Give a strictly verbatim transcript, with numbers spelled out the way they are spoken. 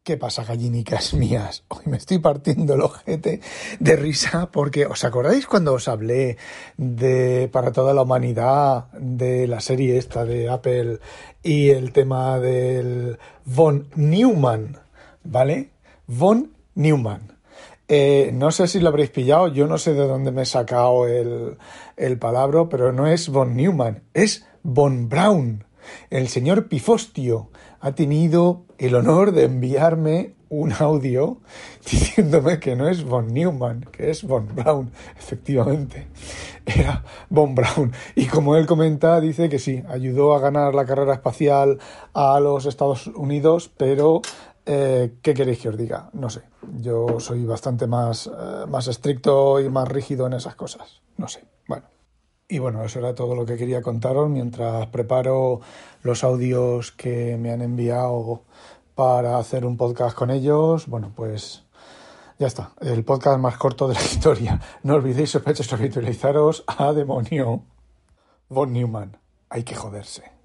¿Qué pasa, gallinicas mías? Hoy me estoy partiendo el ojete de risa porque ¿os acordáis cuando os hablé de Para toda la humanidad, de la serie esta de Apple y el tema del von Neumann, ¿vale? Von Neumann. Eh, no sé si lo habréis pillado, yo no sé de dónde me he sacado el, el palabra, pero no es von Neumann, es von Braun. El señor Pifostio ha tenido el honor de enviarme un audio diciéndome que no es von Neumann, que es von Braun. Efectivamente, era von Braun. Y como él comenta, dice que sí, ayudó a ganar la carrera espacial a los Estados Unidos, pero eh, ¿qué queréis que os diga? No sé, yo soy bastante más, eh, más estricto y más rígido en esas cosas. No sé, bueno. Y bueno, eso era todo lo que quería contaros mientras preparo los audios que me han enviado para hacer un podcast con ellos. Bueno, pues ya está, el podcast más corto de la historia. No olvidéis, sospechosos, habitualizaros a demonio. Von Neumann, hay que joderse.